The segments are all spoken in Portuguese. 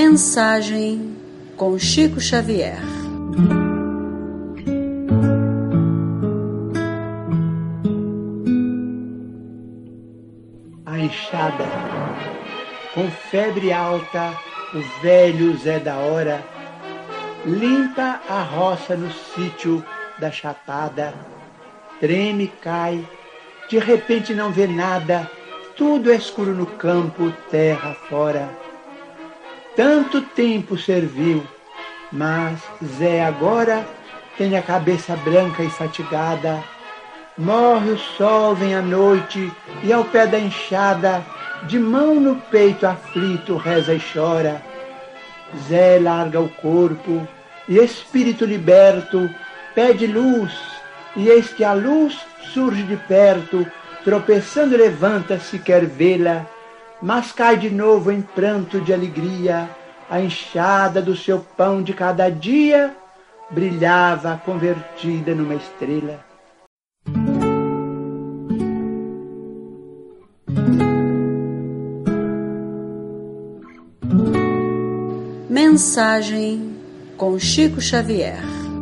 Mensagem com Chico Xavier. A enxada. Com febre alta, o velho Zé da Hora limpa a roça no sítio da Chapada. Treme, cai, de repente não vê nada, tudo é escuro no campo, terra fora. Tanto tempo serviu, mas Zé agora tem a cabeça branca e fatigada. Morre o sol, vem a noite, e ao pé da enxada, de mão no peito aflito, reza e chora. Zé larga o corpo, e espírito liberto, pede luz, e eis que a luz surge de perto, tropeçando levanta-se, quer vê-la, mas cai de novo em pranto de alegria. A enxada do seu pão de cada dia brilhava convertida numa estrela. Mensagem com Chico Xavier.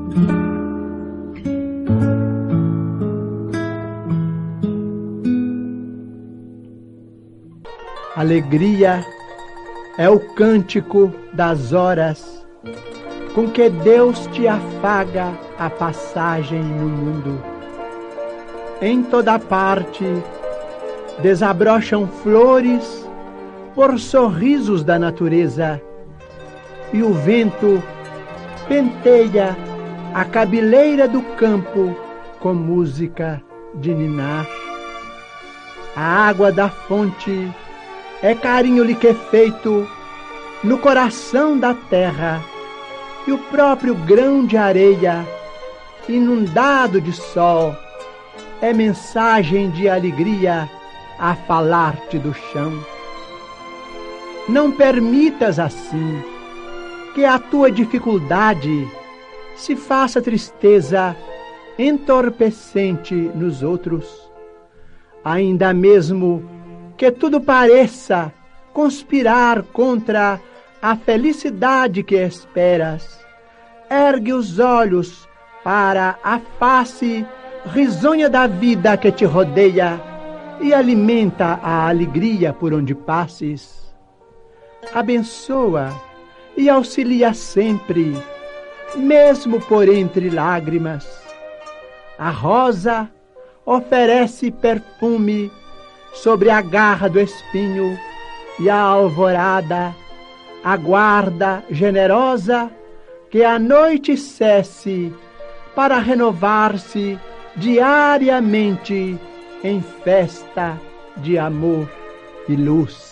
Alegria é o cântico das horas com que Deus te afaga a passagem no mundo. Em toda parte desabrocham flores por sorrisos da natureza, e o vento penteia a cabeleira do campo com música de ninar. A água da fonte é carinho liquefeito no coração da terra, e o próprio grão de areia, inundado de sol, é mensagem de alegria a falar-te do chão. Não permitas assim que a tua dificuldade se faça tristeza entorpecente nos outros. Ainda mesmo que tudo pareça conspirar contra a felicidade que esperas, ergue os olhos para a face risonha da vida que te rodeia e alimenta a alegria por onde passes. Abençoa e auxilia sempre, mesmo por entre lágrimas. A rosa oferece perfume sobre a garra do espinho, e a alvorada aguarda generosa que a noite cesse para renovar-se diariamente em festa de amor e luz.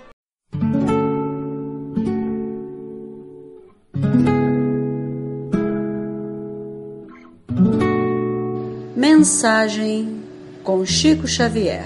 Mensagem com Chico Xavier.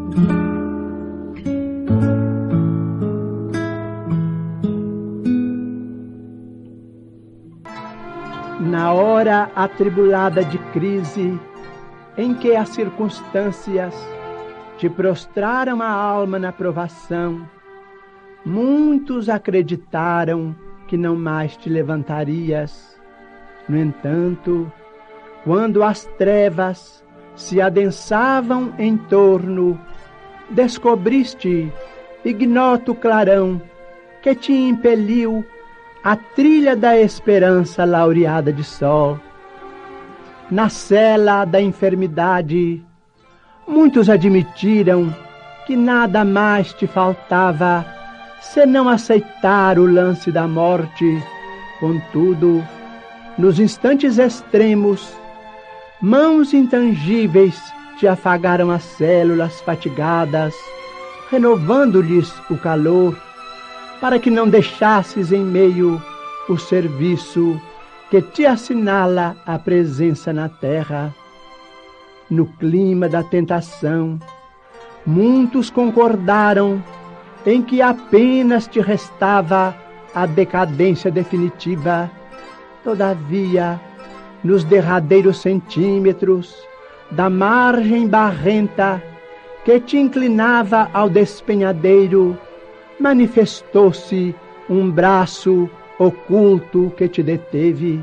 Na hora atribulada de crise, em que as circunstâncias te prostraram a alma na provação, muitos acreditaram que não mais te levantarias. No entanto, quando as trevas se adensavam em torno, descobriste ignoto clarão que te impeliu a trilha da esperança laureada de sol. Na cela da enfermidade, muitos admitiram que nada mais te faltava senão aceitar o lance da morte. Contudo, nos instantes extremos, mãos intangíveis te afagaram as células fatigadas, renovando-lhes o calor, para que não deixasses em meio o serviço que te assinala a presença na terra. No clima da tentação, muitos concordaram em que apenas te restava a decadência definitiva. Todavia, nos derradeiros centímetros da margem barrenta que te inclinava ao despenhadeiro, manifestou-se um braço oculto que te deteve.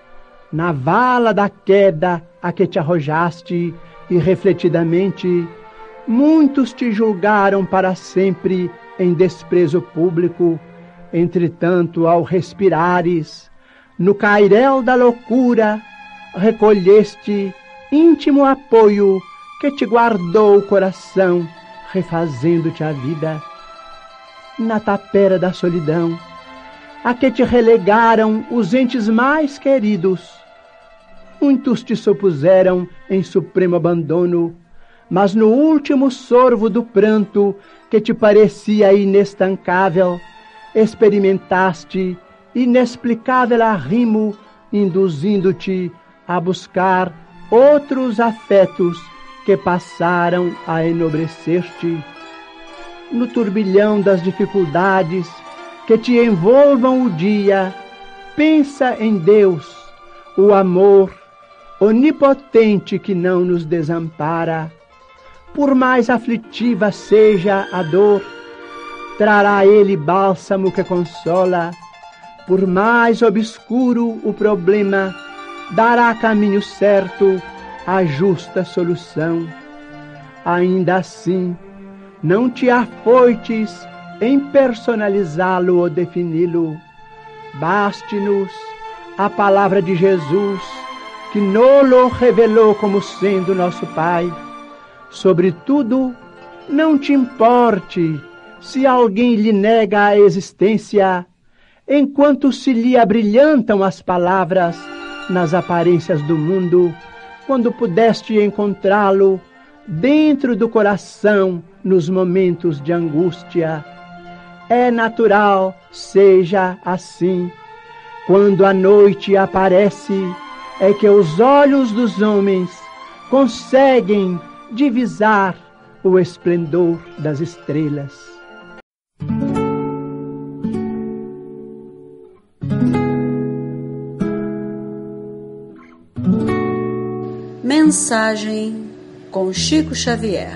Na vala da queda a que te arrojaste, e refletidamente, muitos te julgaram para sempre em desprezo público. Entretanto, ao respirares, no cairel da loucura, recolheste íntimo apoio que te guardou o coração, refazendo-te a vida. Na tapera da solidão, a que te relegaram os entes mais queridos, muitos te supuseram em supremo abandono, mas no último sorvo do pranto que te parecia inestancável, experimentaste inexplicável arrimo, induzindo-te a buscar outros afetos que passaram a enobrecer-te. No turbilhão das dificuldades que te envolvam o dia, pensa em Deus, o amor onipotente que não nos desampara. Por mais aflitiva seja a dor, trará Ele bálsamo que consola. Por mais obscuro o problema, dará caminho certo, a justa solução. Ainda assim, não te afoites em personalizá-lo ou defini-lo. Baste-nos a palavra de Jesus, que nos revelou como sendo nosso Pai. Sobretudo, não te importe se alguém lhe nega a existência, enquanto se lhe abrilhantam as palavras nas aparências do mundo, quando pudeste encontrá-lo dentro do coração nos momentos de angústia. É natural seja assim. Quando a noite aparece, é que os olhos dos homens conseguem divisar o esplendor das estrelas. Mensagem com Chico Xavier.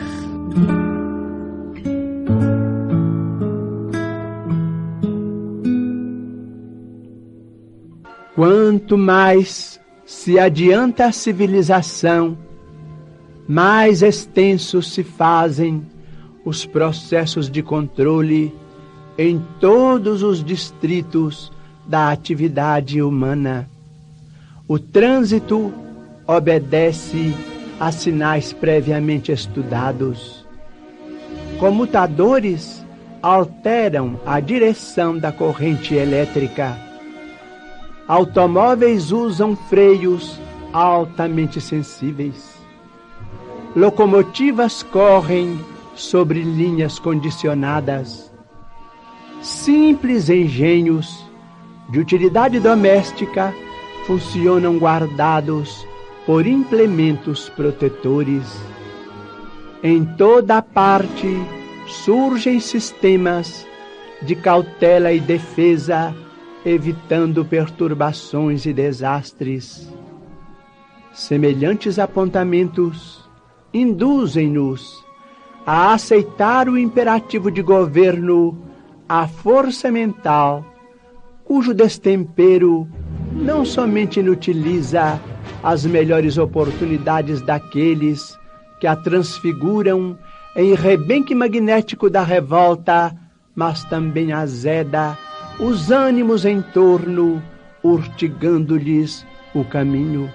Quanto mais se adianta a civilização, mais extensos se fazem os processos de controle em todos os distritos da atividade humana. O trânsito obedece a sinais previamente estudados. Comutadores alteram a direção da corrente elétrica. Automóveis usam freios altamente sensíveis. Locomotivas correm sobre linhas condicionadas. Simples engenhos de utilidade doméstica funcionam guardados por implementos protetores. Em toda parte surgem sistemas de cautela e defesa, evitando perturbações e desastres. Semelhantes apontamentos induzem-nos a aceitar o imperativo de governo, a força mental, cujo destempero não somente inutiliza as melhores oportunidades daqueles que a transfiguram em rebenque magnético da revolta, mas também azeda os ânimos em torno, urtigando-lhes o caminho.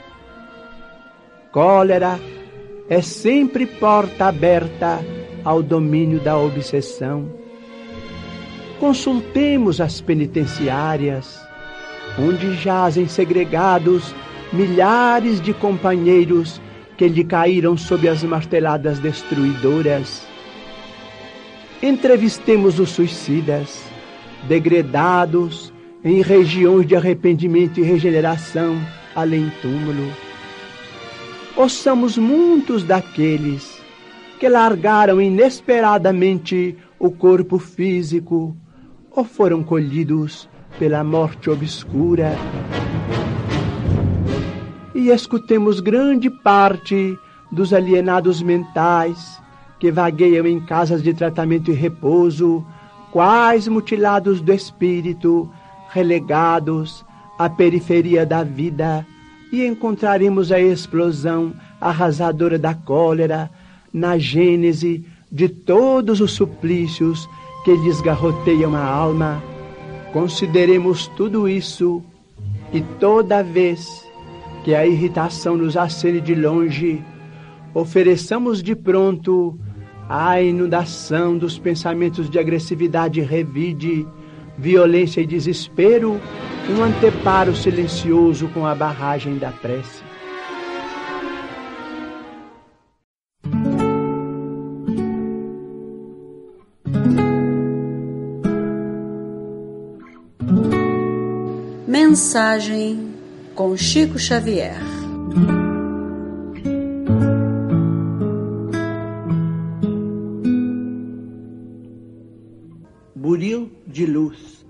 Cólera é sempre porta aberta ao domínio da obsessão. Consultemos as penitenciárias, onde jazem segregados milhares de companheiros que lhe caíram sob as marteladas destruidoras. Entrevistemos os suicidas, degredados em regiões de arrependimento e regeneração além túmulo. Ouçamos muitos daqueles que largaram inesperadamente o corpo físico ou foram colhidos pela morte obscura. E escutemos grande parte dos alienados mentais que vagueiam em casas de tratamento e repouso, quais mutilados do espírito, relegados à periferia da vida, e encontraremos a explosão arrasadora da cólera na gênese de todos os suplícios que desgarroteiam a alma. Consideremos tudo isso, e toda vez que a irritação nos acene de longe, ofereçamos de pronto à inundação dos pensamentos de agressividade e revide, violência e desespero, um anteparo silencioso com a barragem da prece. Mensagem com Chico Xavier. Buril de luz.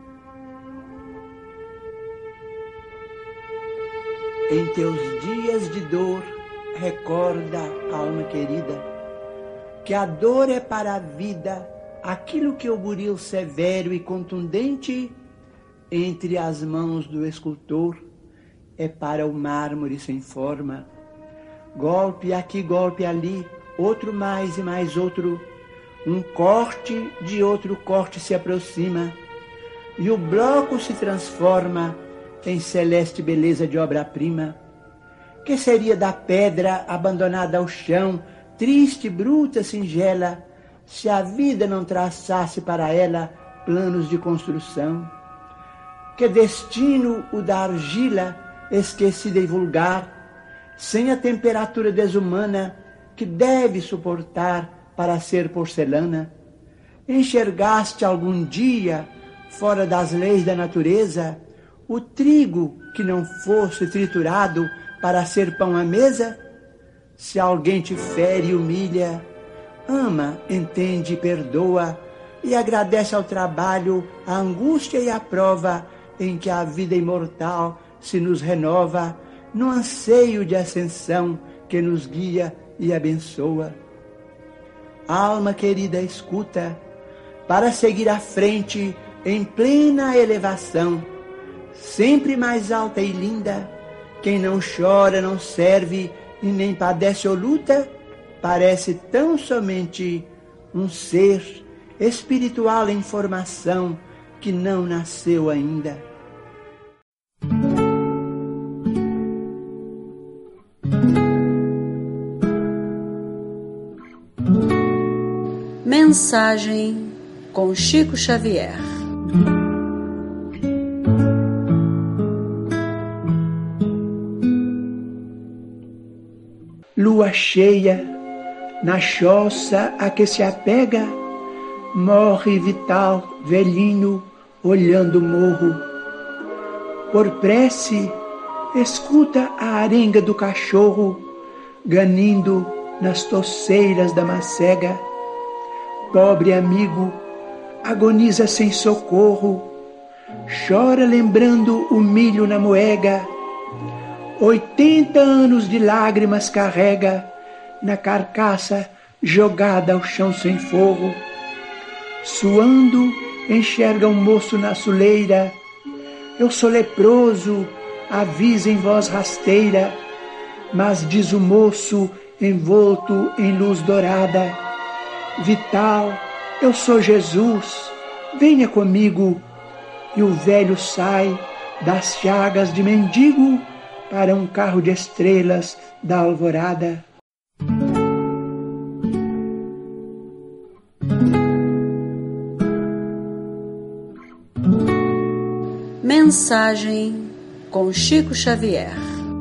Em teus dias de dor, recorda, alma querida, que a dor é para a vida aquilo que o buril severo e contundente entre as mãos do escultor é para o mármore sem forma. Golpe aqui, golpe ali, outro mais e mais outro, um corte de outro corte se aproxima, e o bloco se transforma em celeste beleza de obra-prima. Que seria da pedra abandonada ao chão, triste, bruta, singela, se a vida não traçasse para ela planos de construção? Que destino o da argila, esquecida e vulgar, sem a temperatura desumana que deve suportar para ser porcelana? Enxergaste algum dia, fora das leis da natureza, o trigo que não fosse triturado para ser pão à mesa? Se alguém te fere e humilha, ama, entende e perdoa, e agradece ao trabalho, a angústia e a prova em que a vida imortal se nos renova, no anseio de ascensão que nos guia e abençoa. Alma querida, escuta, para seguir à frente em plena elevação, sempre mais alta e linda, quem não chora, não serve e nem padece ou luta, parece tão somente um ser espiritual em formação que não nasceu ainda. Mensagem com Chico Xavier. Lua cheia, na choça a que se apega, morre vital, velhinho, olhando o morro. Por prece, escuta a arenga do cachorro, ganindo nas toceiras da macega. Pobre amigo, agoniza sem socorro, chora lembrando o milho na moega. 80 anos de lágrimas carrega na carcaça jogada ao chão sem forro. Suando, enxerga um moço na soleira. Eu sou leproso, avisa em voz rasteira, mas diz o moço envolto em luz dourada: vital, eu sou Jesus, venha comigo. E o velho sai das chagas de mendigo para um carro de estrelas da alvorada. Mensagem com Chico Xavier.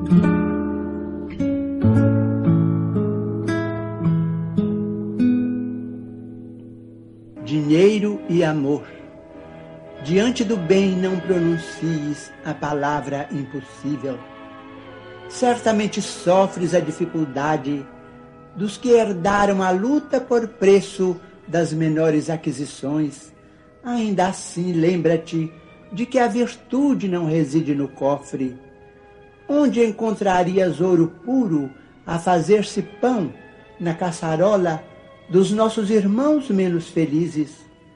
Dinheiro e amor. Diante do bem não pronuncies a palavra impossível. Certamente sofres a dificuldade dos que herdaram a luta por preço das menores aquisições. Ainda assim, lembra-te de que a virtude não reside no cofre. Onde encontrarias ouro puro a fazer-se pão na caçarola dos nossos irmãos menos felizes?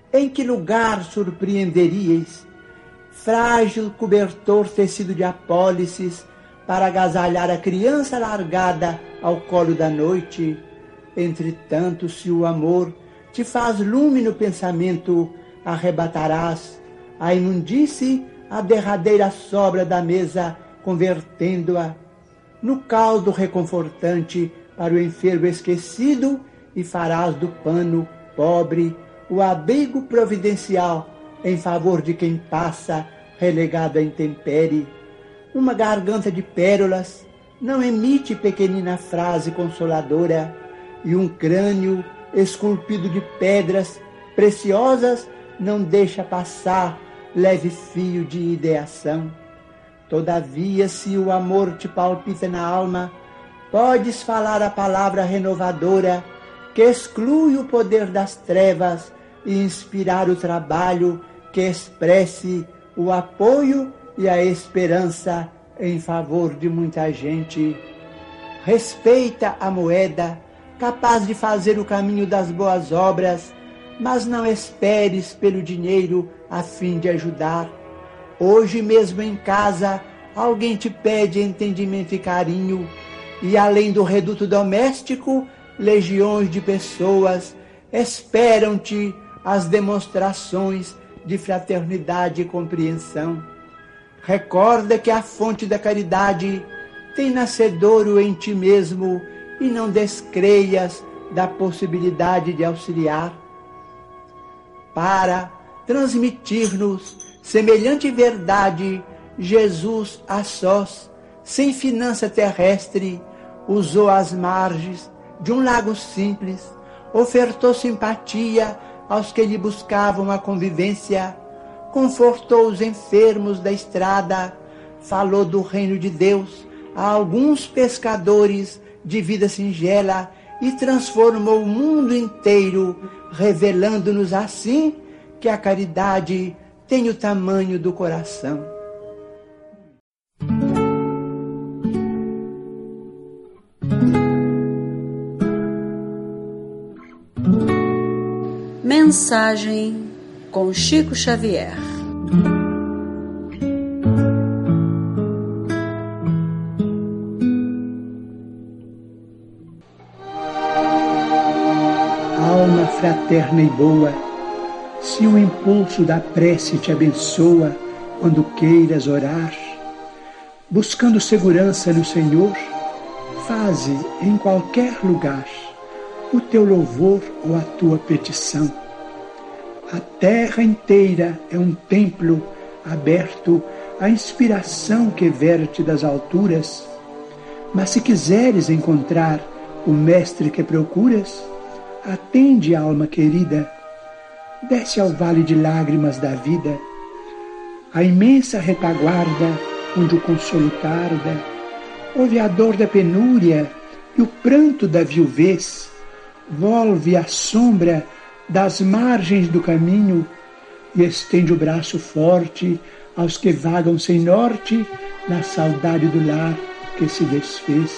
Em que lugar surpreenderíeis frágil cobertor tecido de apólices para agasalhar a criança largada ao colo da noite? Entretanto, se o amor te faz lume no pensamento, arrebatarás a imundície a derradeira sobra da mesa, convertendo-a no caldo reconfortante para o enfermo esquecido, e farás do pano pobre o abrigo providencial em favor de quem passa relegado à intempérie. Uma garganta de pérolas não emite pequenina frase consoladora, e um crânio esculpido de pedras preciosas não deixa passar leve fio de ideação. Todavia, se o amor te palpita na alma, podes falar a palavra renovadora que exclui o poder das trevas e inspirar o trabalho que expresse o apoio e a esperança em favor de muita gente. Respeita a moeda, capaz de fazer o caminho das boas obras, mas não esperes pelo dinheiro a fim de ajudar. Hoje mesmo em casa, alguém te pede entendimento e carinho, e além do reduto doméstico, legiões de pessoas esperam-te as demonstrações de fraternidade e compreensão. Recorda que a fonte da caridade tem nascedouro em ti mesmo, e não descreias da possibilidade de auxiliar. Para transmitir-nos semelhante verdade, Jesus, a sós, sem finança terrestre, usou as margens de um lago simples, ofertou simpatia aos que lhe buscavam a convivência, confortou os enfermos da estrada, falou do reino de Deus a alguns pescadores de vida singela e transformou o mundo inteiro, revelando-nos assim que a caridade tem o tamanho do coração. Mensagem com Chico Xavier. Alma fraterna e boa, se o impulso da prece te abençoa quando queiras orar, buscando segurança no Senhor, faze em qualquer lugar o teu louvor ou a tua petição. A terra inteira é um templo aberto à inspiração que verte das alturas. Mas se quiseres encontrar o mestre que procuras, atende, alma querida, desce ao vale de lágrimas da vida, a imensa retaguarda onde o consolo tarda, ouve a dor da penúria e o pranto da viuvez, volve a sombra das margens do caminho e estende o braço forte aos que vagam sem norte na saudade do lar que se desfez.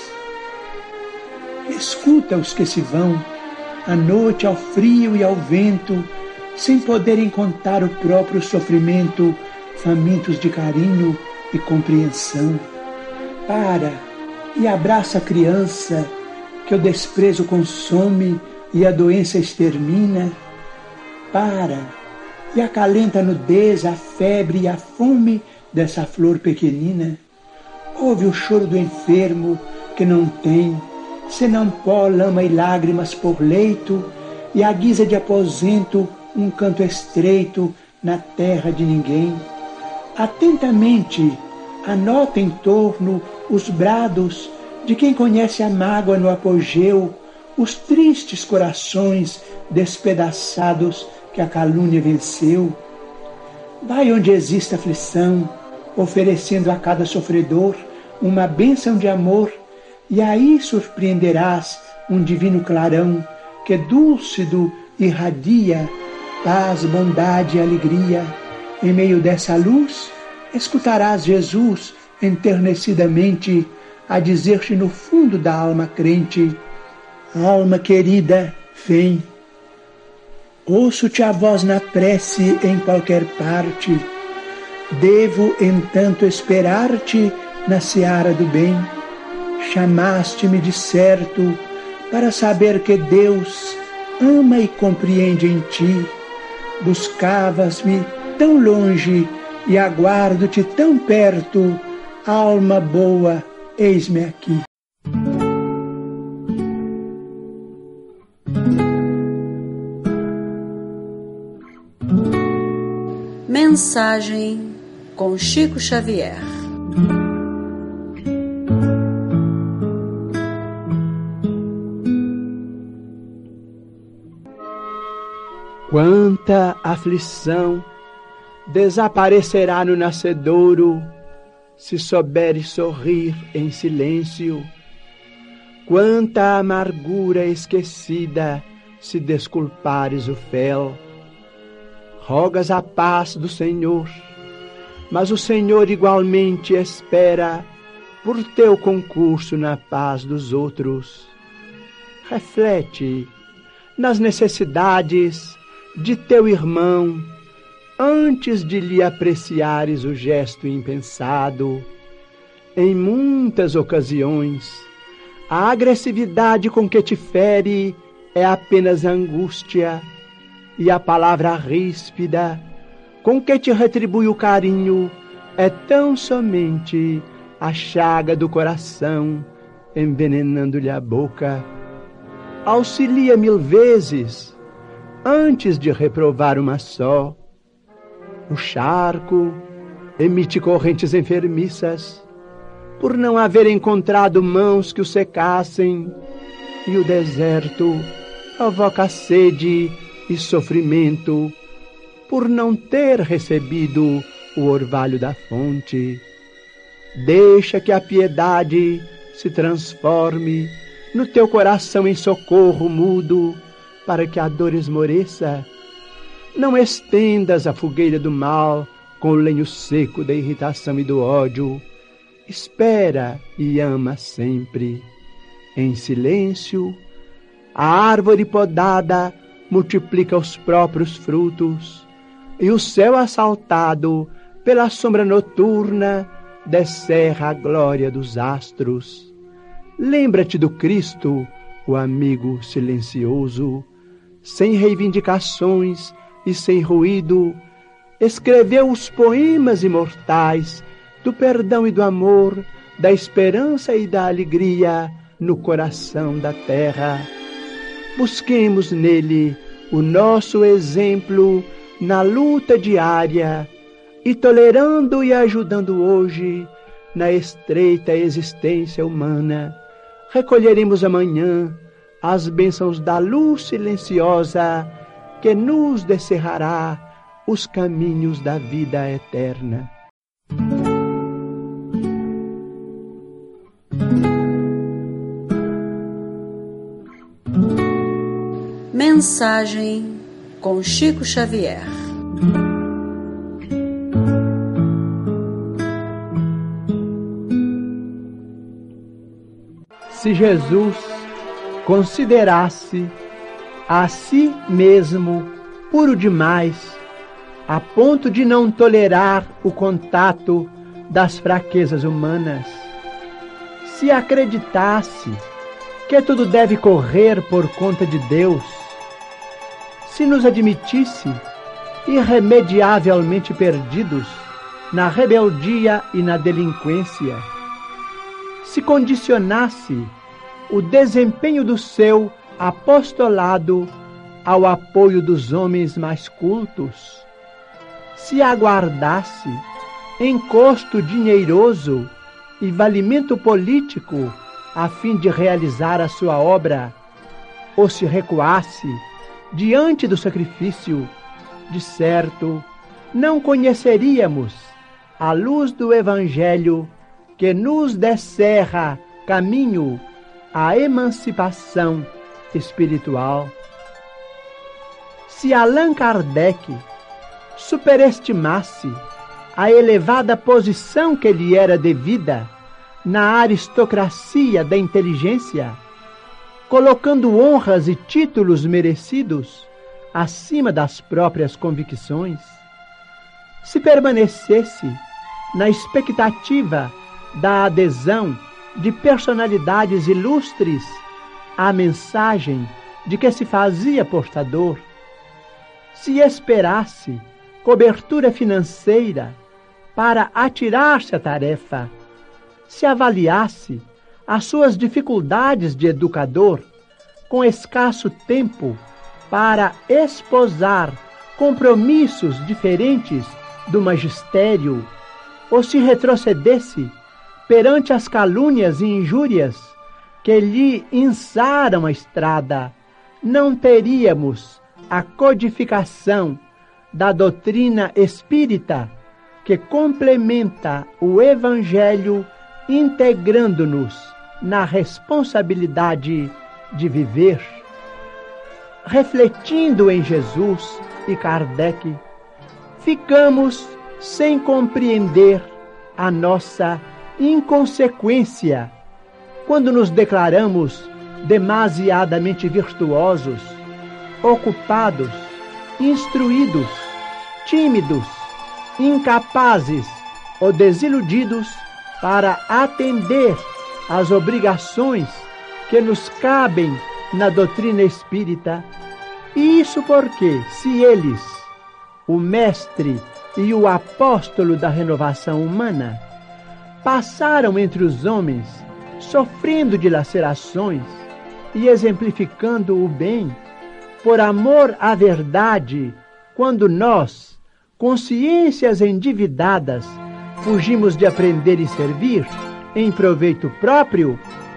Escuta os que se vão, à noite ao frio e ao vento, sem poderem contar o próprio sofrimento, famintos de carinho e compreensão. Para e abraça a criança que o desprezo consome e a doença extermina. Para e acalenta a nudez, a febre e a fome dessa flor pequenina. Ouve o choro do enfermo que não tem senão pó, lama e lágrimas por leito, e à guisa de aposento um canto estreito na terra de ninguém. Atentamente anota em torno os brados de quem conhece a mágoa no apogeu, os tristes corações despedaçados que a calúnia venceu. Vai onde existe aflição, oferecendo a cada sofredor uma bênção de amor, e aí surpreenderás um divino clarão que dúlcido irradia paz, bondade e alegria. Em meio dessa luz, escutarás Jesus enternecidamente a dizer-te no fundo da alma crente: alma querida, vem. Ouço-te a voz na prece em qualquer parte. Devo, entanto, esperar-te na seara do bem. Chamaste-me de certo para saber que Deus ama e compreende em ti. Buscavas-me tão longe e aguardo-te tão perto. Alma boa, eis-me aqui. Mensagem com Chico Xavier. Quanta aflição desaparecerá no nascedouro, se souberes sorrir em silêncio. Quanta amargura esquecida, se desculpares o fel. Rogas a paz do Senhor, mas o Senhor igualmente espera por teu concurso na paz dos outros. Reflete nas necessidades de teu irmão antes de lhe apreciares o gesto impensado. Em muitas ocasiões, a agressividade com que te fere é apenas angústia, e a palavra ríspida com que te retribui o carinho é tão somente a chaga do coração, envenenando-lhe a boca. Auxilia 1000 vezes antes de reprovar uma só. O charco emite correntes enfermiças por não haver encontrado mãos que o secassem, e o deserto provoca sede e sofrimento por não ter recebido o orvalho da fonte. Deixa que a piedade se transforme no teu coração em socorro mudo, para que a dor esmoreça. Não estendas a fogueira do mal com o lenho seco da irritação e do ódio. Espera e ama sempre. Em silêncio, a árvore podada multiplica os próprios frutos, e o céu assaltado pela sombra noturna descerra a glória dos astros. Lembra-te do Cristo, o amigo silencioso, sem reivindicações e sem ruído, escreveu os poemas imortais do perdão e do amor, da esperança e da alegria no coração da terra. Busquemos nele o nosso exemplo na luta diária, e tolerando e ajudando hoje na estreita existência humana, recolheremos amanhã as bênçãos da luz silenciosa que nos descerrará os caminhos da vida eterna. Mensagem com Chico Xavier. Se Jesus considerasse a si mesmo puro demais, a ponto de não tolerar o contato das fraquezas humanas, se acreditasse que tudo deve correr por conta de Deus, se nos admitisse irremediavelmente perdidos na rebeldia e na delinquência, se condicionasse o desempenho do seu apostolado ao apoio dos homens mais cultos, se aguardasse encosto dinheiroso e valimento político a fim de realizar a sua obra, ou se recuasse diante do sacrifício, de certo, não conheceríamos a luz do Evangelho que nos descerra caminho à emancipação espiritual. Se Allan Kardec superestimasse a elevada posição que lhe era devida na aristocracia da inteligência, colocando honras e títulos merecidos acima das próprias convicções, se permanecesse na expectativa da adesão de personalidades ilustres à mensagem de que se fazia portador, se esperasse cobertura financeira para atirar-se à tarefa, se avaliasse as suas dificuldades de educador com escasso tempo para esposar compromissos diferentes do magistério, ou se retrocedesse perante as calúnias e injúrias que lhe inçaram a estrada, não teríamos a codificação da doutrina espírita que complementa o Evangelho, integrando-nos na responsabilidade de viver. Refletindo em Jesus e Kardec, ficamos sem compreender a nossa inconsequência quando nos declaramos demasiadamente virtuosos, ocupados, instruídos, tímidos, incapazes ou desiludidos para atender às obrigações que nos cabem na doutrina espírita. E isso porque, se eles, o mestre e o apóstolo da renovação humana, passaram entre os homens sofrendo dilacerações e exemplificando o bem, por amor à verdade, quando nós, consciências endividadas, fugimos de aprender e servir em proveito próprio,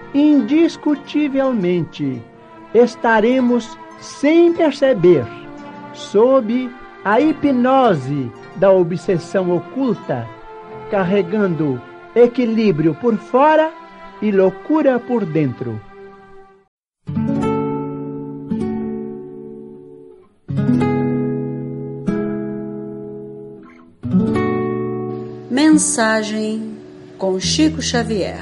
indiscutivelmente estaremos, sem perceber, sob a hipnose da obsessão oculta, carregando equilíbrio por fora e loucura por dentro. Mensagem com Chico Xavier.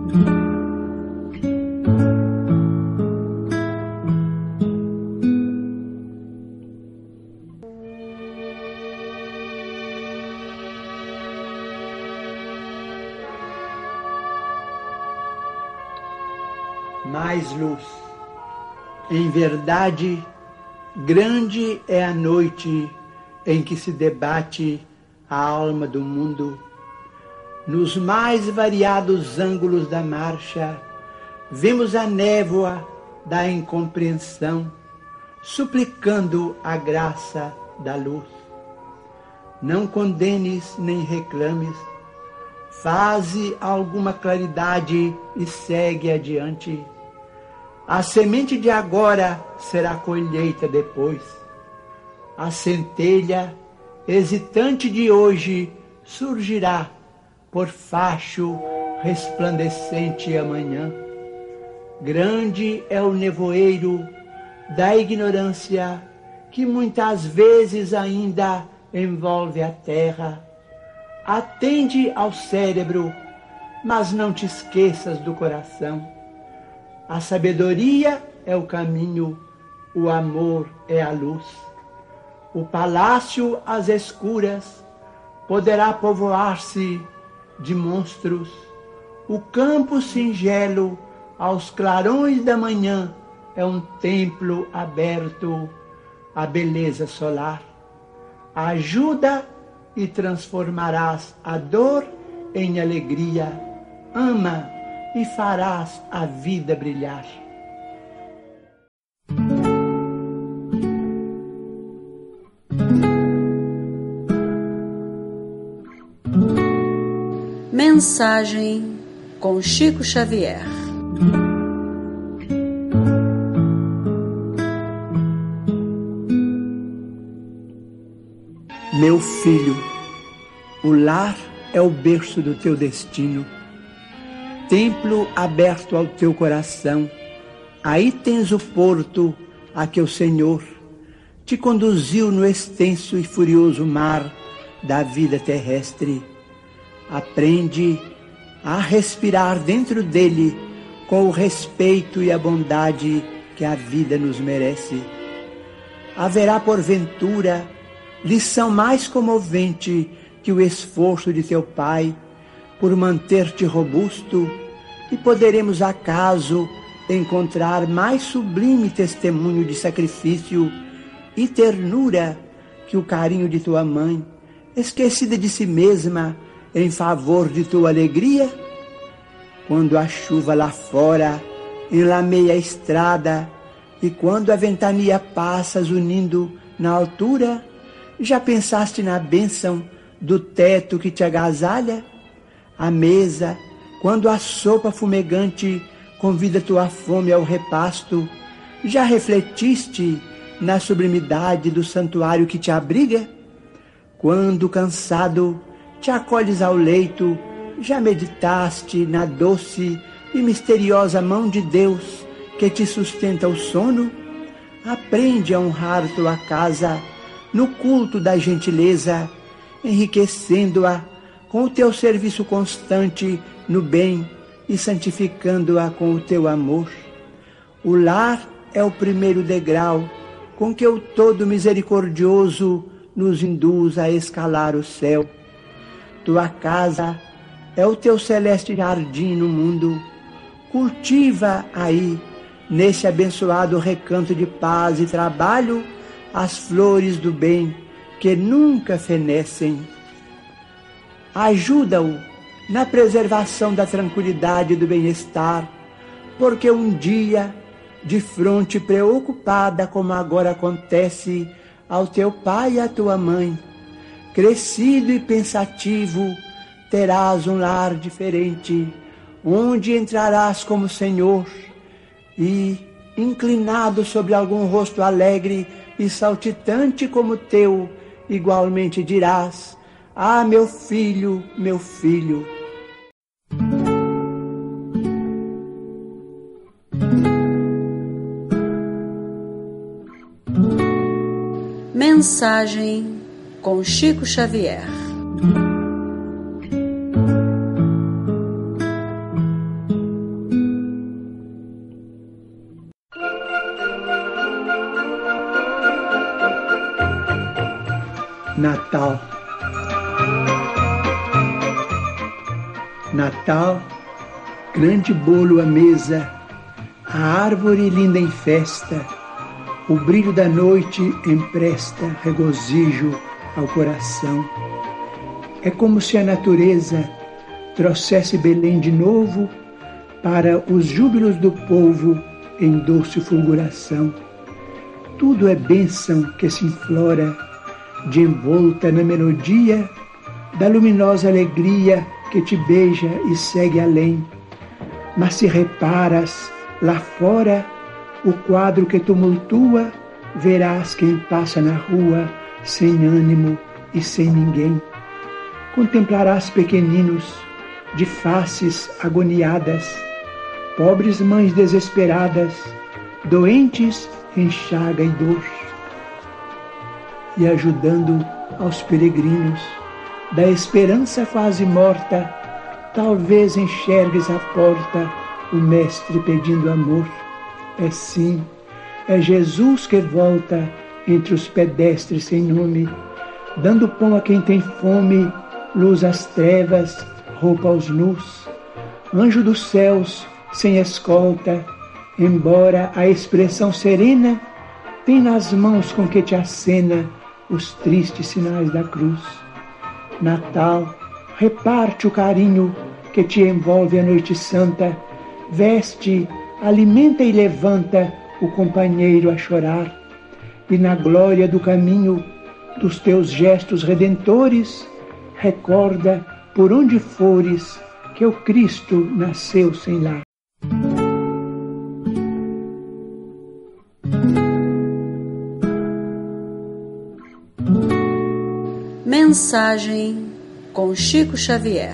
Mais luz. Em verdade, grande é a noite em que se debate a alma do mundo. Nos mais variados ângulos da marcha, vemos a névoa da incompreensão, suplicando a graça da luz. Não condenes nem reclames, faze alguma claridade e segue adiante. A semente de agora será colheita depois. A centelha hesitante de hoje surgirá por facho resplandecente amanhã. Grande é o nevoeiro da ignorância que muitas vezes ainda envolve a terra. Atende ao cérebro, mas não te esqueças do coração. A sabedoria é o caminho, o amor é a luz. O palácio às escuras poderá povoar-se de monstros. O campo singelo aos clarões da manhã é um templo aberto à beleza solar. Ajuda e transformarás a dor em alegria. Ama e farás a vida brilhar. Mensagem com Chico Xavier. Meu filho, o lar é o berço do teu destino, templo aberto ao teu coração. Aí tens o porto a que o Senhor te conduziu no extenso e furioso mar da vida terrestre. Aprende a respirar dentro dele com o respeito e a bondade que a vida nos merece. haverá porventura lição mais comovente que o esforço de teu pai por manter-te robusto, e poderemos acaso encontrar mais sublime testemunho de sacrifício e ternura que o carinho de tua mãe, esquecida de si mesma em favor de tua alegria? Quando a chuva lá fora enlameia a estrada e quando a ventania passa zunindo na altura, já pensaste na bênção do teto que te agasalha? À mesa, quando a sopa fumegante convida tua fome ao repasto, já refletiste na sublimidade do santuário que te abriga? Quando, cansado, te acolhes ao leito, já meditaste na doce e misteriosa mão de Deus que te sustenta o sono? Aprende a honrar tua casa no culto da gentileza, enriquecendo-a com o teu serviço constante no bem e santificando-a com o teu amor. O lar é o primeiro degrau com que o Todo Misericordioso nos induz a escalar o céu. Tua casa é o teu celeste jardim no mundo. Cultiva aí, nesse abençoado recanto de paz e trabalho, as flores do bem que nunca fenecem. Ajuda-o na preservação da tranquilidade e do bem-estar, porque um dia, de fronte preocupada como agora acontece ao teu pai e à tua mãe, crescido e pensativo, terás um lar diferente, onde entrarás como Senhor e, inclinado sobre algum rosto alegre e saltitante como o teu, igualmente dirás: ah, meu filho, meu filho. Mensagem com Chico Xavier. Natal. Natal, grande bolo à mesa, a árvore linda em festa, o brilho da noite empresta regozijo ao coração. É como se a natureza trouxesse Belém de novo para os júbilos do povo em doce fulguração. Tudo é bênção que se inflora, de envolta na melodia da luminosa alegria que te beija e segue além. Mas se reparas lá fora o quadro que tumultua, verás quem passa na rua sem ânimo e sem ninguém. Contemplarás pequeninos de faces agoniadas, pobres mães desesperadas, doentes em chaga e dor. E ajudando aos peregrinos da esperança quase morta, talvez enxergues à porta o Mestre pedindo amor. É sim, é Jesus que volta entre os pedestres sem nome, dando pão a quem tem fome, luz às trevas, roupa aos nus. Anjo dos céus, sem escolta, embora a expressão serena, tem nas mãos com que te acena os tristes sinais da cruz. Natal, reparte o carinho que te envolve a noite santa, veste, alimenta e levanta o companheiro a chorar, e na glória do caminho dos teus gestos redentores, recorda por onde fores que o Cristo nasceu sem lar. Mensagem com Chico Xavier.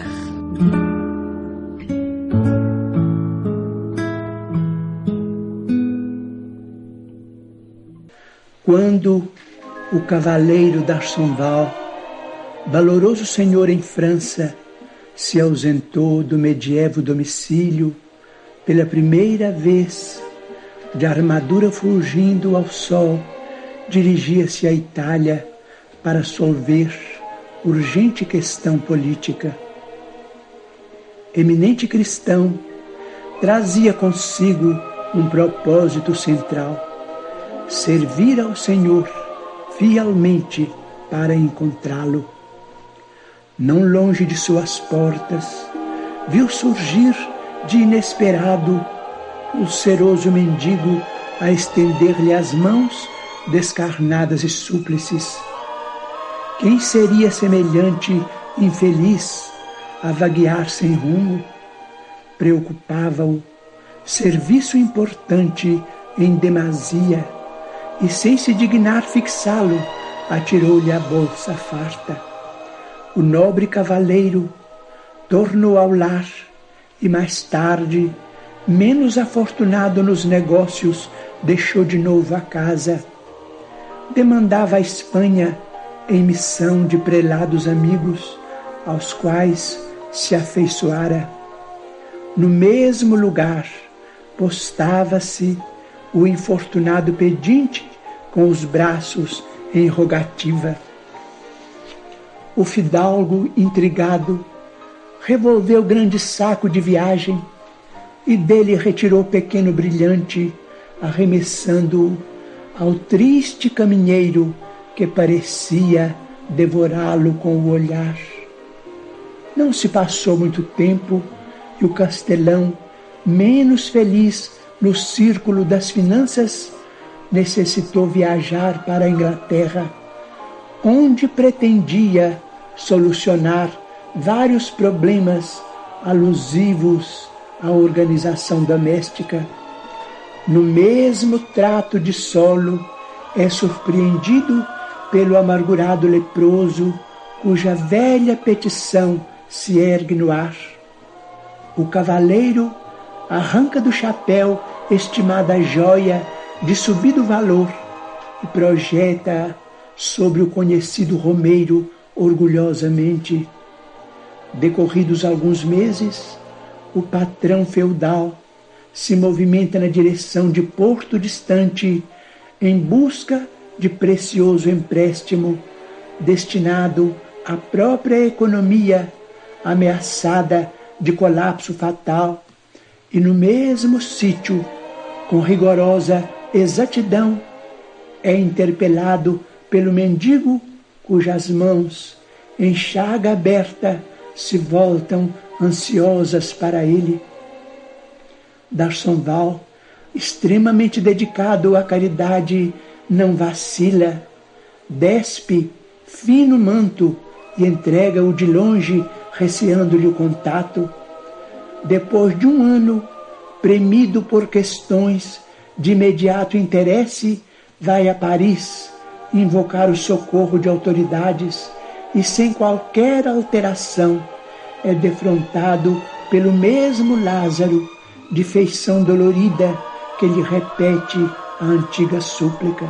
Quando o cavaleiro d'Arsonval, valoroso senhor em França, se ausentou do medievo domicílio pela primeira vez, de armadura fulgindo ao sol dirigia-se à Itália para solver urgente questão política. Eminente cristão, trazia consigo um propósito central: servir ao Senhor fielmente para encontrá-lo. Não longe de suas portas, viu surgir de inesperado o seroso mendigo a estender-lhe as mãos descarnadas e súplices. Quem seria semelhante infeliz a vaguear sem rumo? Preocupava-o serviço importante em demasia, e sem se dignar fixá-lo, atirou-lhe a bolsa farta. O nobre cavaleiro tornou ao lar e mais tarde, menos afortunado nos negócios, deixou de novo a casa. Demandava a Espanha em missão de prelados amigos, aos quais se afeiçoara. No mesmo lugar, postava-se o infortunado pedinte com os braços em rogativa. O fidalgo, intrigado, revolveu grande saco de viagem e dele retirou pequeno brilhante, arremessando-o ao triste caminheiro que parecia devorá-lo com o olhar. Não se passou muito tempo e o castelão, menos feliz no círculo das finanças, necessitou viajar para a Inglaterra, onde pretendia solucionar vários problemas alusivos à organização doméstica. No mesmo trato de solo, é surpreendido pelo amargurado leproso, cuja velha petição se ergue no ar. O cavaleiro arranca do chapéu estimada joia de subido valor e projeta sobre o conhecido romeiro orgulhosamente. Decorridos alguns meses, o patrão feudal se movimenta na direção de porto distante em busca de precioso empréstimo destinado à própria economia ameaçada de colapso fatal, e no mesmo sítio, com rigorosa exatidão, é interpelado pelo mendigo cujas mãos, em chaga aberta, se voltam ansiosas para ele. D'Arsonval, extremamente dedicado à caridade, não vacila, despe fino manto e entrega-o de longe, receando-lhe o contato. Depois de um ano, premido por questões de imediato interesse, vai a Paris invocar o socorro de autoridades e, sem qualquer alteração, é defrontado pelo mesmo Lázaro, de feição dolorida, que lhe repete a antiga súplica.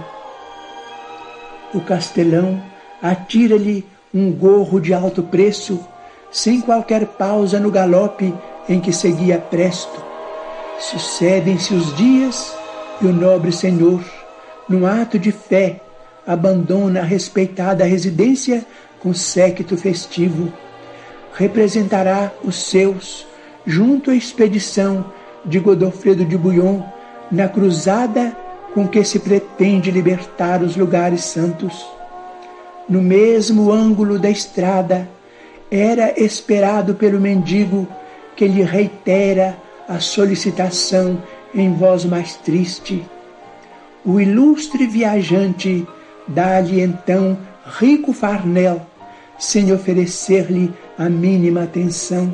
O castelão atira-lhe um gorro de alto preço, sem qualquer pausa no galope em que seguia presto. Sucedem-se os dias e o nobre senhor, num ato de fé, abandona a respeitada residência com séquito festivo. Representará os seus junto à expedição de Godofredo de Bouillon na cruzada com que se pretende libertar os lugares santos. No mesmo ângulo da estrada, era esperado pelo mendigo, que lhe reitera a solicitação em voz mais triste. O ilustre viajante dá-lhe então rico farnel, sem oferecer-lhe a mínima atenção.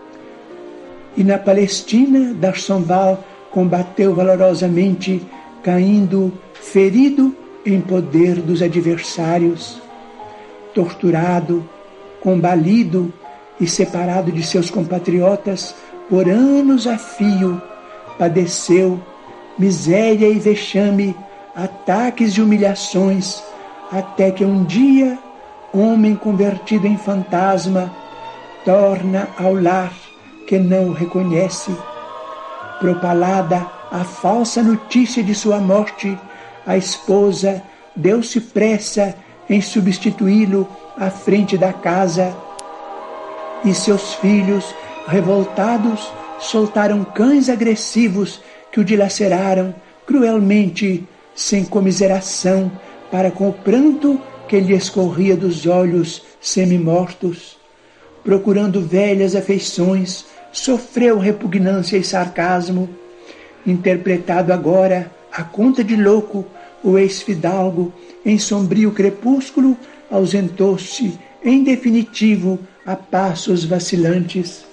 E na Palestina, D'Arsonval combateu valorosamente, caindo ferido em poder dos adversários. Torturado, combalido e separado de seus compatriotas por anos a fio, padeceu miséria e vexame, ataques e humilhações, até que um dia, homem convertido em fantasma, torna ao lar que não o reconhece. Propalada a falsa notícia de sua morte, a esposa Deus se pressa em substituí-lo à frente da casa, e seus filhos, revoltados, soltaram cães agressivos que o dilaceraram cruelmente, sem comiseração, para com o pranto que lhe escorria dos olhos semi-mortos. Procurando velhas afeições, sofreu repugnância e sarcasmo. Interpretado agora, a conta de louco, o ex-fidalgo, em sombrio crepúsculo, ausentou-se, em definitivo, a passos vacilantes.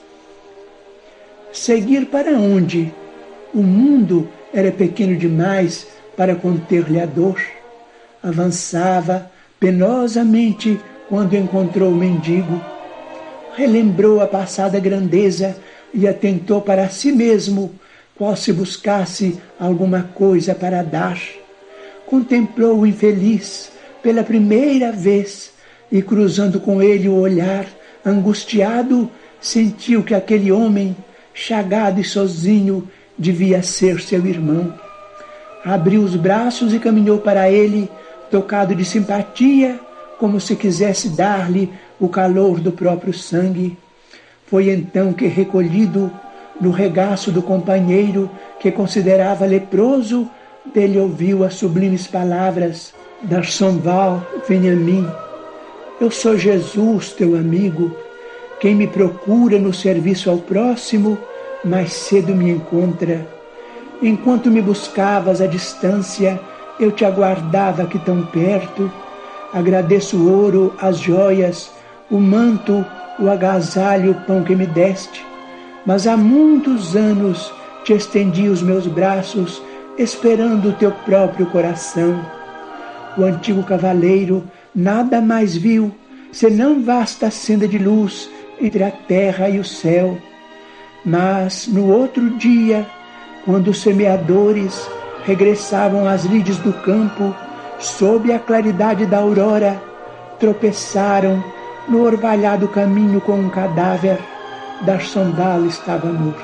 Seguir para onde? O mundo era pequeno demais para conter-lhe a dor. Avançava penosamente quando encontrou o mendigo. Relembrou a passada grandeza e atentou para si mesmo, qual se buscasse alguma coisa para dar. Contemplou o infeliz pela primeira vez e, cruzando com ele o olhar, angustiado, sentiu que aquele homem, chagado e sozinho, devia ser seu irmão. Abriu os braços e caminhou para ele, tocado de simpatia, como se quisesse dar-lhe o calor do próprio sangue. Foi então que, recolhido no regaço do companheiro que considerava leproso, dele ouviu as sublimes palavras: D'Arsonval, vem a mim. Eu sou Jesus, teu amigo. Quem me procura no serviço ao próximo, mais cedo me encontra. Enquanto me buscavas à distância, eu te aguardava aqui tão perto. Agradeço o ouro, as joias, o manto, o agasalho, o pão que me deste. Mas há muitos anos te estendi os meus braços, esperando o teu próprio coração. O antigo cavaleiro nada mais viu, senão vasta senda de luz entre a terra e o céu. Mas no outro dia, quando os semeadores regressavam às lides do campo, sob a claridade da aurora, tropeçaram no orvalhado caminho com um cadáver. D'Arsonval estava morto.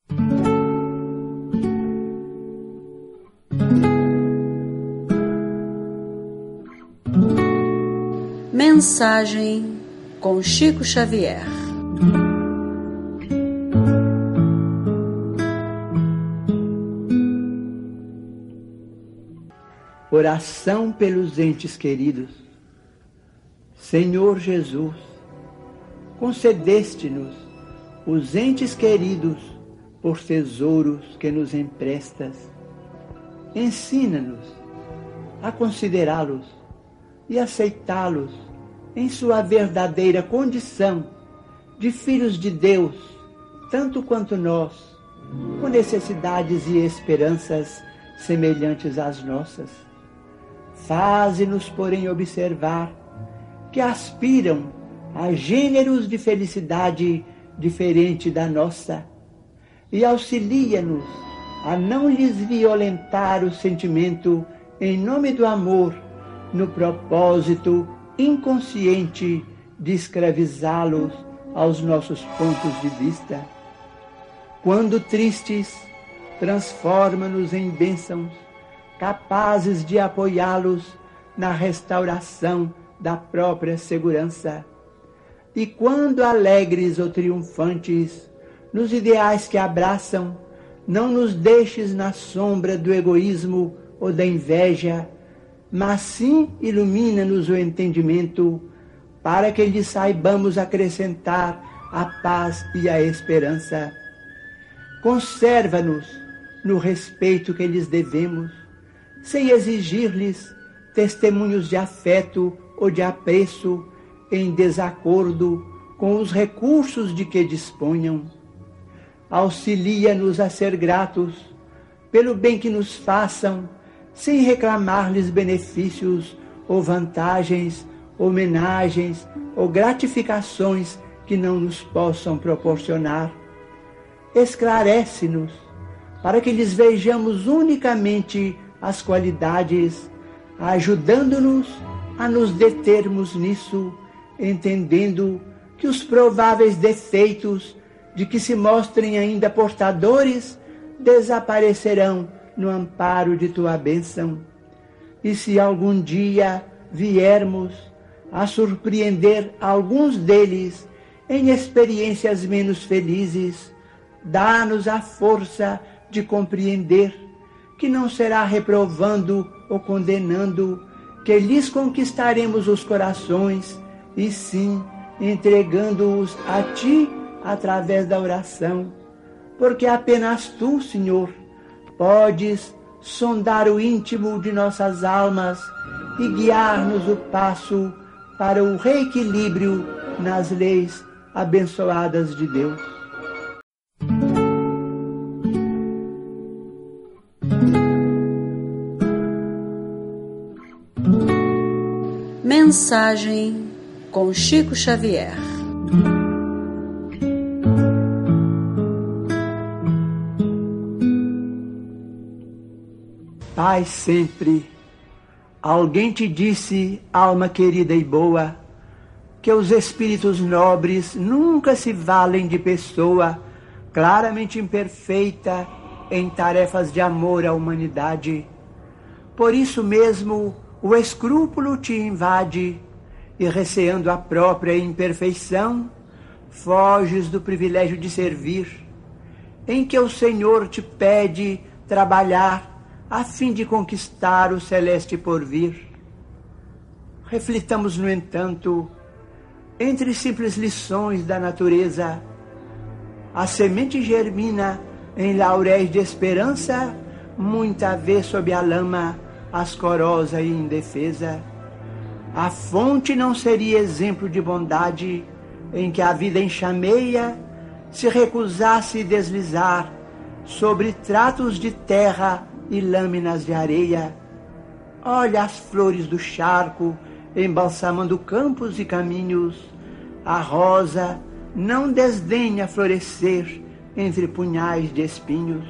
Mensagem com Chico Xavier. Oração pelos entes queridos. Senhor Jesus, concedeste-nos os entes queridos por tesouros que nos emprestas. Ensina-nos a considerá-los e aceitá-los em sua verdadeira condição de filhos de Deus, tanto quanto nós, com necessidades e esperanças semelhantes às nossas. Faze-nos, porém, observar que aspiram a gêneros de felicidade diferente da nossa e auxilia-nos a não lhes violentar o sentimento em nome do amor, no propósito inconsciente de escravizá-los aos nossos pontos de vista. Quando tristes, transforma-nos em bênçãos, capazes de apoiá-los na restauração da própria segurança. E quando alegres ou triunfantes, nos ideais que abraçam, não nos deixes na sombra do egoísmo ou da inveja, mas sim ilumina-nos o entendimento, para que lhe saibamos acrescentar a paz e a esperança. Conserva-nos no respeito que lhes devemos, sem exigir-lhes testemunhos de afeto ou de apreço em desacordo com os recursos de que disponham. Auxilia-nos a ser gratos pelo bem que nos façam, sem reclamar-lhes benefícios ou vantagens, homenagens ou gratificações que não nos possam proporcionar. Esclarece-nos para que lhes vejamos unicamente as qualidades, ajudando-nos a nos determos nisso, entendendo que os prováveis defeitos de que se mostrem ainda portadores desaparecerão no amparo de tua bênção. E se algum dia viermos a surpreender alguns deles em experiências menos felizes, dá-nos a força de compreender que não será reprovando ou condenando que lhes conquistaremos os corações, e sim entregando-os a Ti através da oração, porque apenas Tu, Senhor, podes sondar o íntimo de nossas almas e guiar-nos o passo para o reequilíbrio nas leis abençoadas de Deus. Mensagem com Chico Xavier. Pai, sempre alguém te disse, alma querida e boa, que os espíritos nobres nunca se valem de pessoa claramente imperfeita em tarefas de amor à humanidade. Por isso mesmo o escrúpulo te invade e, receando a própria imperfeição, foges do privilégio de servir, em que o Senhor te pede trabalhar a fim de conquistar o celeste porvir. Reflitamos, no entanto, entre simples lições da natureza, a semente germina em lauréis de esperança, muita vez sob a lama ascorosa e indefesa. A fonte não seria exemplo de bondade, em que a vida enxameia se recusasse deslizar sobre tratos de terra e lâminas de areia. Olha as flores do charco embalsamando campos e caminhos. A rosa não desdenha florescer entre punhais de espinhos.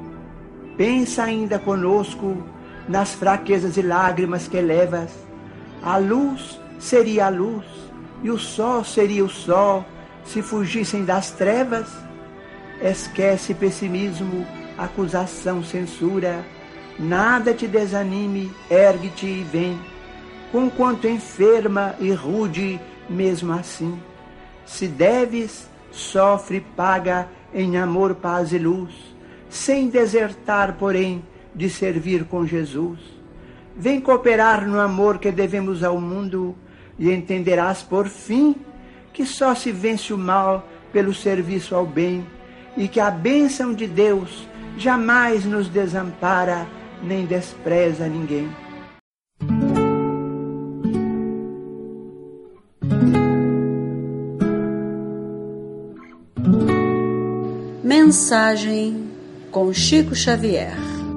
Pensa ainda conosco nas fraquezas e lágrimas que levas. A luz seria a luz e o sol seria o sol se fugissem das trevas. Esquece pessimismo, acusação, censura. Nada te desanime, ergue-te e vem, conquanto enferma e rude mesmo assim. Se deves, sofre e paga em amor, paz e luz, sem desertar, porém, de servir com Jesus. Vem cooperar no amor que devemos ao mundo e entenderás por fim que só se vence o mal pelo serviço ao bem e que a bênção de Deus jamais nos desampara nem despreza ninguém. Mensagem com Chico Xavier.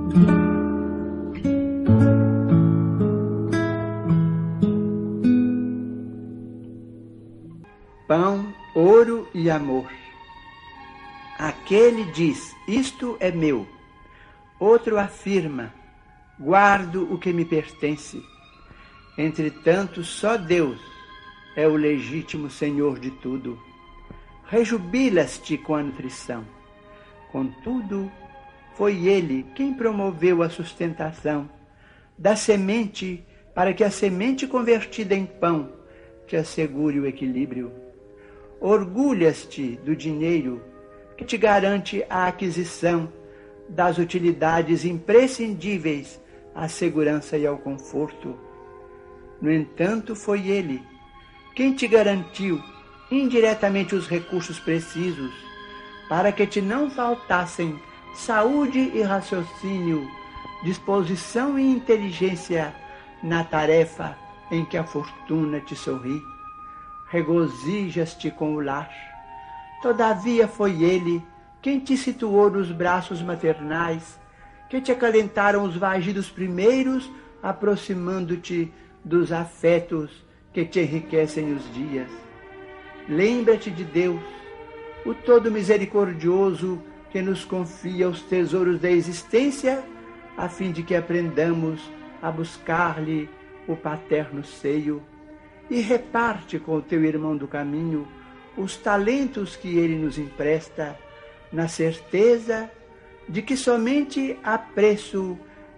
Pão, ouro e amor. Aquele diz, isto é meu. Outro afirma, guardo o que me pertence. Entretanto, só Deus é o legítimo Senhor de tudo. Rejubilas-te com a nutrição. Contudo, foi Ele quem promoveu a sustentação da semente, para que a semente convertida em pão te assegure o equilíbrio. Orgulhas-te do dinheiro que te garante a aquisição das utilidades imprescindíveis à segurança e ao conforto. No entanto, foi Ele quem te garantiu indiretamente os recursos precisos para que te não faltassem saúde e raciocínio, disposição e inteligência na tarefa em que a fortuna te sorri. Regozijas-te com o lar. Todavia foi Ele quem te situou nos braços maternais, que te acalentaram os vagidos primeiros, aproximando-te dos afetos que te enriquecem os dias. Lembra-te de Deus, o todo misericordioso, que nos confia os tesouros da existência, a fim de que aprendamos a buscar-lhe o paterno seio, e reparte com o teu irmão do caminho os talentos que ele nos empresta, na certeza de que somente a preço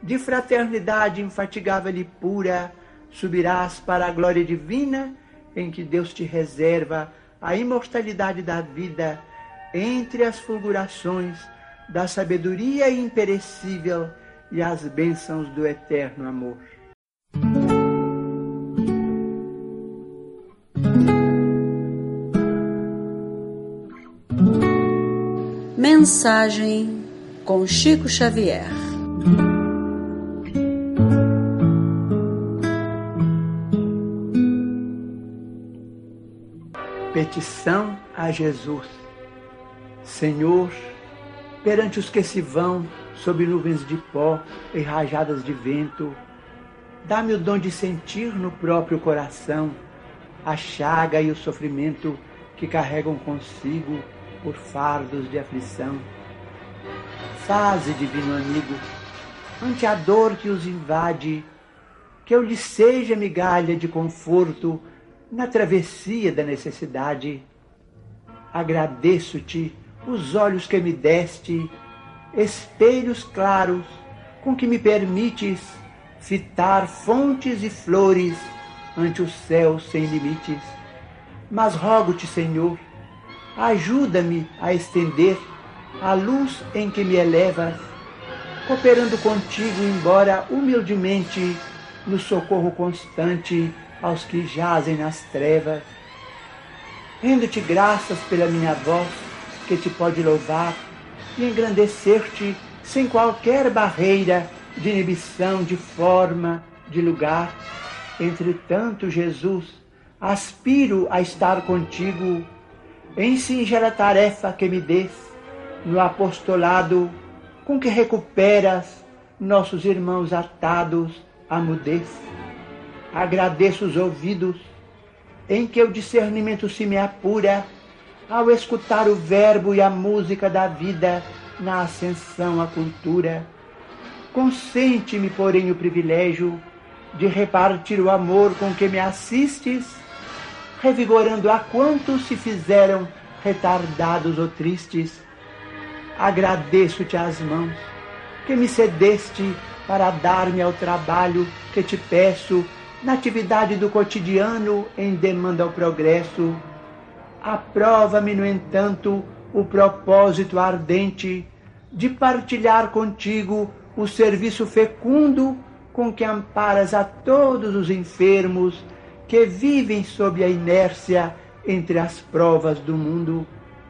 de fraternidade infatigável e pura, subirás para a glória divina, em que Deus te reserva a imortalidade da vida, entre as fulgurações da sabedoria imperecível e as bênçãos do eterno amor. Mensagem com Chico Xavier. Petição a Jesus. Senhor, perante os que se vão sob nuvens de pó e rajadas de vento, dá-me o dom de sentir no próprio coração a chaga e o sofrimento que carregam consigo por fardos de aflição. Faze, divino amigo, ante a dor que os invade, que eu lhes seja migalha de conforto na travessia da necessidade. Agradeço-te os olhos que me deste, espelhos claros com que me permites fitar fontes e flores ante o céu sem limites. Mas rogo-te, Senhor, ajuda-me a estender a luz em que me elevas, cooperando contigo, embora humildemente, no socorro constante aos que jazem nas trevas. Rendo-te graças pela minha voz, que te pode louvar e engrandecer-te sem qualquer barreira de inibição, de forma, de lugar. Entretanto, Jesus, aspiro a estar contigo em singela tarefa que me des, no apostolado com que recuperas nossos irmãos atados à mudez. Agradeço os ouvidos em que o discernimento se me apura ao escutar o verbo e a música da vida na ascensão à cultura. Consente-me, porém, o privilégio de repartir o amor com que me assistes, revigorando a quantos se fizeram retardados ou tristes. Agradeço-te as mãos que me cedeste para dar-me ao trabalho que te peço, na atividade do cotidiano em demanda ao progresso. Aprova-me, no entanto, o propósito ardente de partilhar contigo o serviço fecundo com que amparas a todos os enfermos que vivem sob a inércia entre as provas do mundo.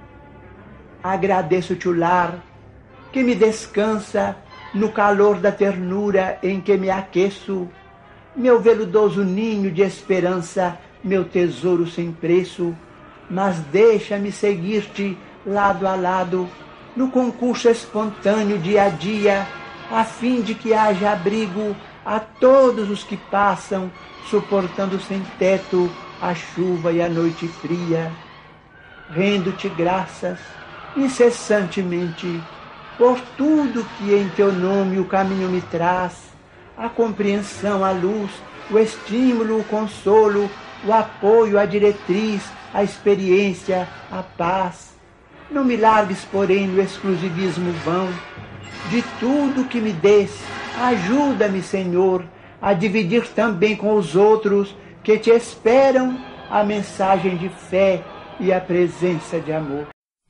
Agradeço-te o lar que me descansa no calor da ternura em que me aqueço, meu veludoso ninho de esperança, meu tesouro sem preço. Mas deixa-me seguir-te lado a lado, no concurso espontâneo dia a dia, a fim de que haja abrigo a todos os que passam, suportando sem teto a chuva e a noite fria. Rendo-te graças incessantemente por tudo que em teu nome o caminho me traz, a compreensão, a luz, o estímulo, o consolo, o apoio, a diretriz, a experiência, a paz. Não me largues, porém, no exclusivismo vão. De tudo que me des, ajuda-me, Senhor, a dividir também com os outros que te esperam a mensagem de fé e a presença de amor.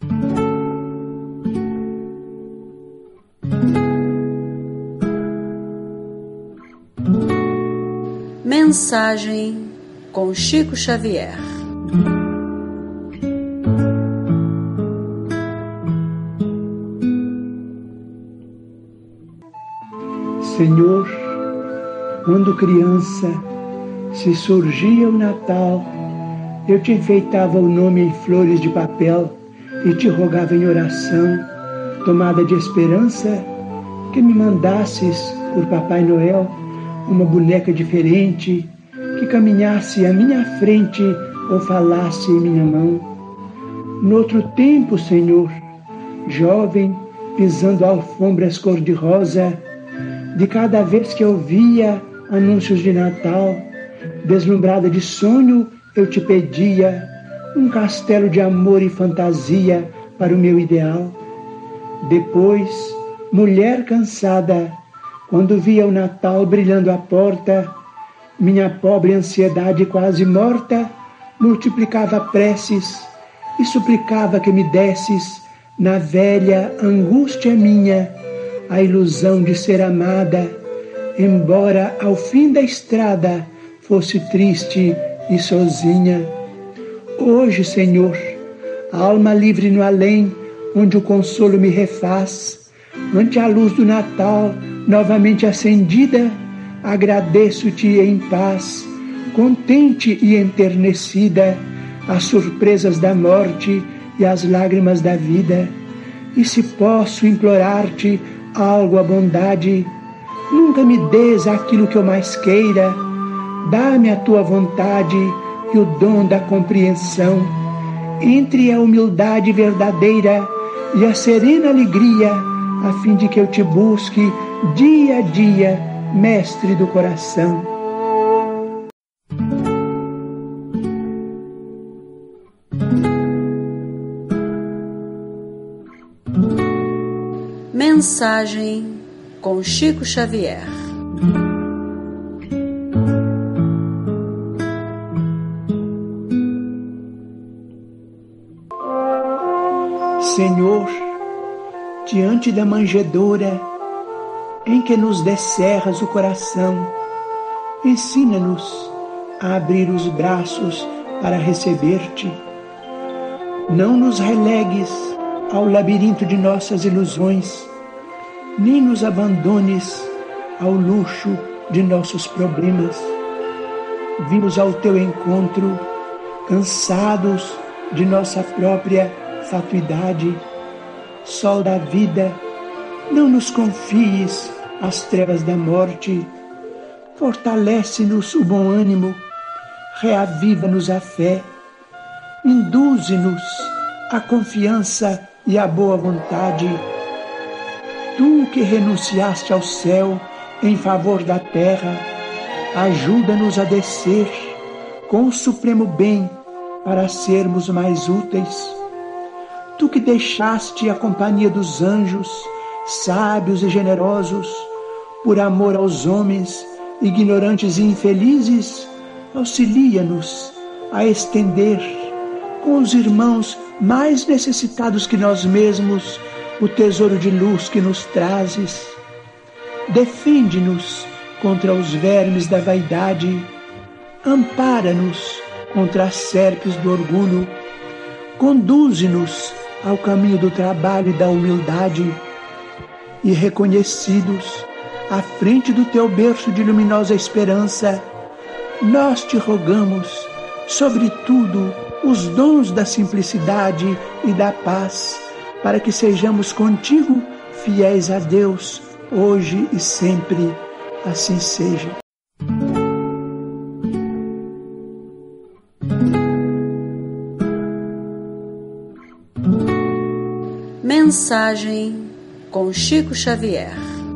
Mensagem com Chico Xavier. Senhor, quando criança, se surgia o Natal, eu te enfeitava o nome em flores de papel e te rogava em oração, tomada de esperança, que me mandasses por Papai Noel uma boneca diferente, que caminhasse à minha frente ou falasse em minha mão. Noutro tempo, Senhor, jovem, pisando alfombras cor-de-rosa, de cada vez que eu via anúncios de Natal, deslumbrada de sonho, eu te pedia um castelo de amor e fantasia para o meu ideal. Depois, mulher cansada, Quando via o Natal brilhando à porta, minha pobre ansiedade quase morta multiplicava preces e suplicava que me desses, na velha angústia minha, a ilusão de ser amada, embora ao fim da estrada fosse triste e sozinha. Hoje, Senhor, alma livre no além, onde o consolo me refaz, ante a luz do Natal novamente acendida, agradeço-te em paz, contente e enternecida, as surpresas da morte e as lágrimas da vida. E se posso implorar-te algo à bondade, nunca me des aquilo que eu mais queira, dá-me a tua vontade e o dom da compreensão, entre a humildade verdadeira e a serena alegria, a fim de que eu te busque dia a dia, mestre do coração. Mensagem com Chico Xavier. Senhor, diante da manjedoura em que nos descerras o coração, ensina-nos a abrir os braços para receber-te. Não nos relegues ao labirinto de nossas ilusões, nem nos abandones ao luxo de nossos problemas. Vimos ao teu encontro, cansados de nossa própria fatuidade. Sol da vida, não nos confies as trevas da morte. Fortalece-nos o bom ânimo, reaviva-nos a fé, induze-nos a confiança e a boa vontade. Tu que renunciaste ao céu em favor da terra, ajuda-nos a descer com o supremo bem para sermos mais úteis. Tu que deixaste a companhia dos anjos, sábios e generosos, por amor aos homens, ignorantes e infelizes, auxilia-nos a estender com os irmãos mais necessitados que nós mesmos o tesouro de luz que nos trazes. Defende-nos contra os vermes da vaidade, ampara-nos contra as serpes do orgulho, conduze-nos ao caminho do trabalho e da humildade, e reconhecidos à frente do teu berço de luminosa esperança, nós te rogamos, sobretudo, os dons da simplicidade e da paz, para que sejamos contigo fiéis a Deus, hoje e sempre. Assim seja. Mensagem com Chico Xavier.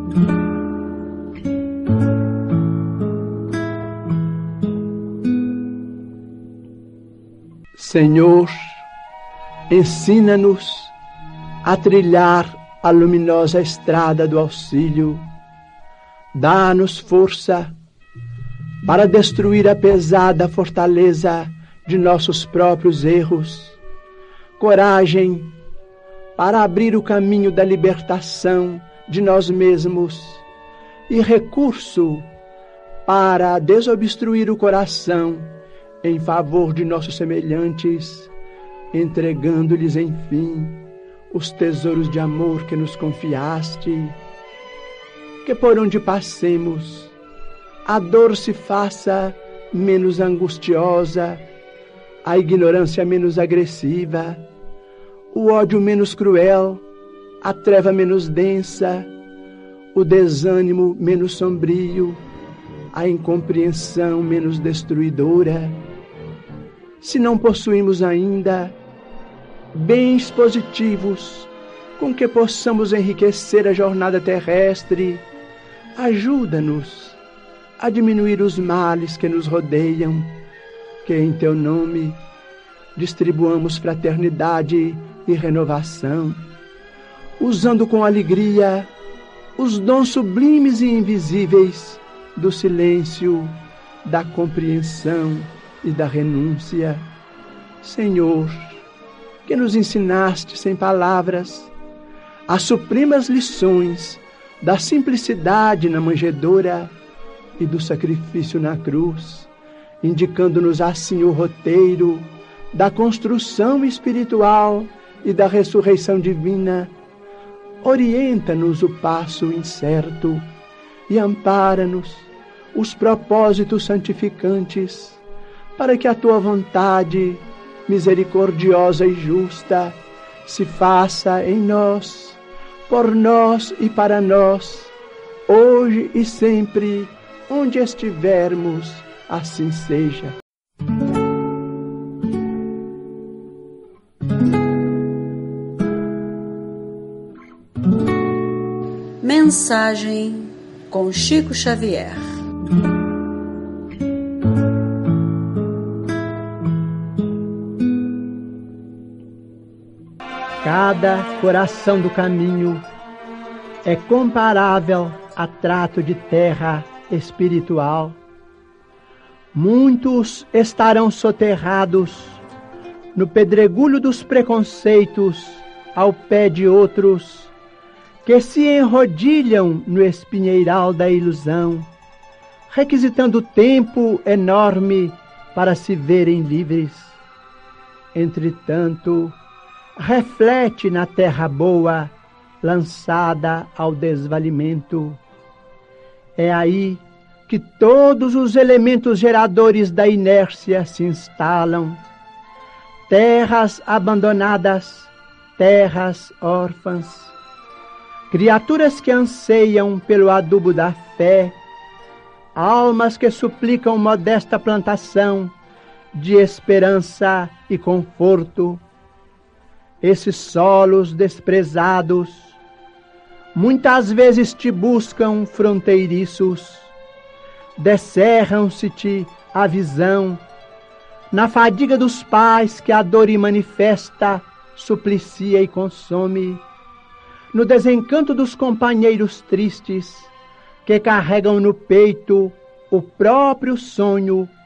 Senhor, ensina-nos a trilhar a luminosa estrada do auxílio. Dá-nos força para destruir a pesada fortaleza de nossos próprios erros, coragem para abrir o caminho da libertação de nós mesmos e recurso para desobstruir o coração em favor de nossos semelhantes, entregando-lhes, enfim, os tesouros de amor que nos confiaste. Que por onde passemos, a dor se faça menos angustiosa, a ignorância menos agressiva, o ódio menos cruel, a treva menos densa, o desânimo menos sombrio, a incompreensão menos destruidora. Se não possuímos ainda bens positivos com que possamos enriquecer a jornada terrestre, ajuda-nos a diminuir os males que nos rodeiam, que em teu nome distribuamos fraternidade e renovação, usando com alegria os dons sublimes e invisíveis do silêncio, da compreensão e da renúncia. Senhor, que nos ensinaste sem palavras as supremas lições da simplicidade na manjedoura e do sacrifício na cruz, indicando-nos assim o roteiro da construção espiritual e da ressurreição divina. Orienta-nos o passo incerto e ampara-nos os propósitos santificantes, para que a tua vontade, misericordiosa e justa, se faça em nós, por nós e para nós, hoje e sempre, onde estivermos, assim seja. Mensagem com Chico Xavier. Cada coração do caminho é comparável a trato de terra espiritual. Muitos estarão soterrados no pedregulho dos preconceitos ao pé de outros que se enrodilham no espinheiral da ilusão, requisitando tempo enorme para se verem livres. Entretanto, reflete na terra boa, lançada ao desvalimento. É aí que todos os elementos geradores da inércia se instalam. Terras abandonadas, terras órfãs, criaturas que anseiam pelo adubo da fé, almas que suplicam modesta plantação de esperança e conforto. Esses solos desprezados muitas vezes te buscam fronteiriços, descerram-se-te a visão, na fadiga dos pais que a dor manifesta, suplicia e consome, no desencanto dos companheiros tristes que carregam no peito o próprio sonho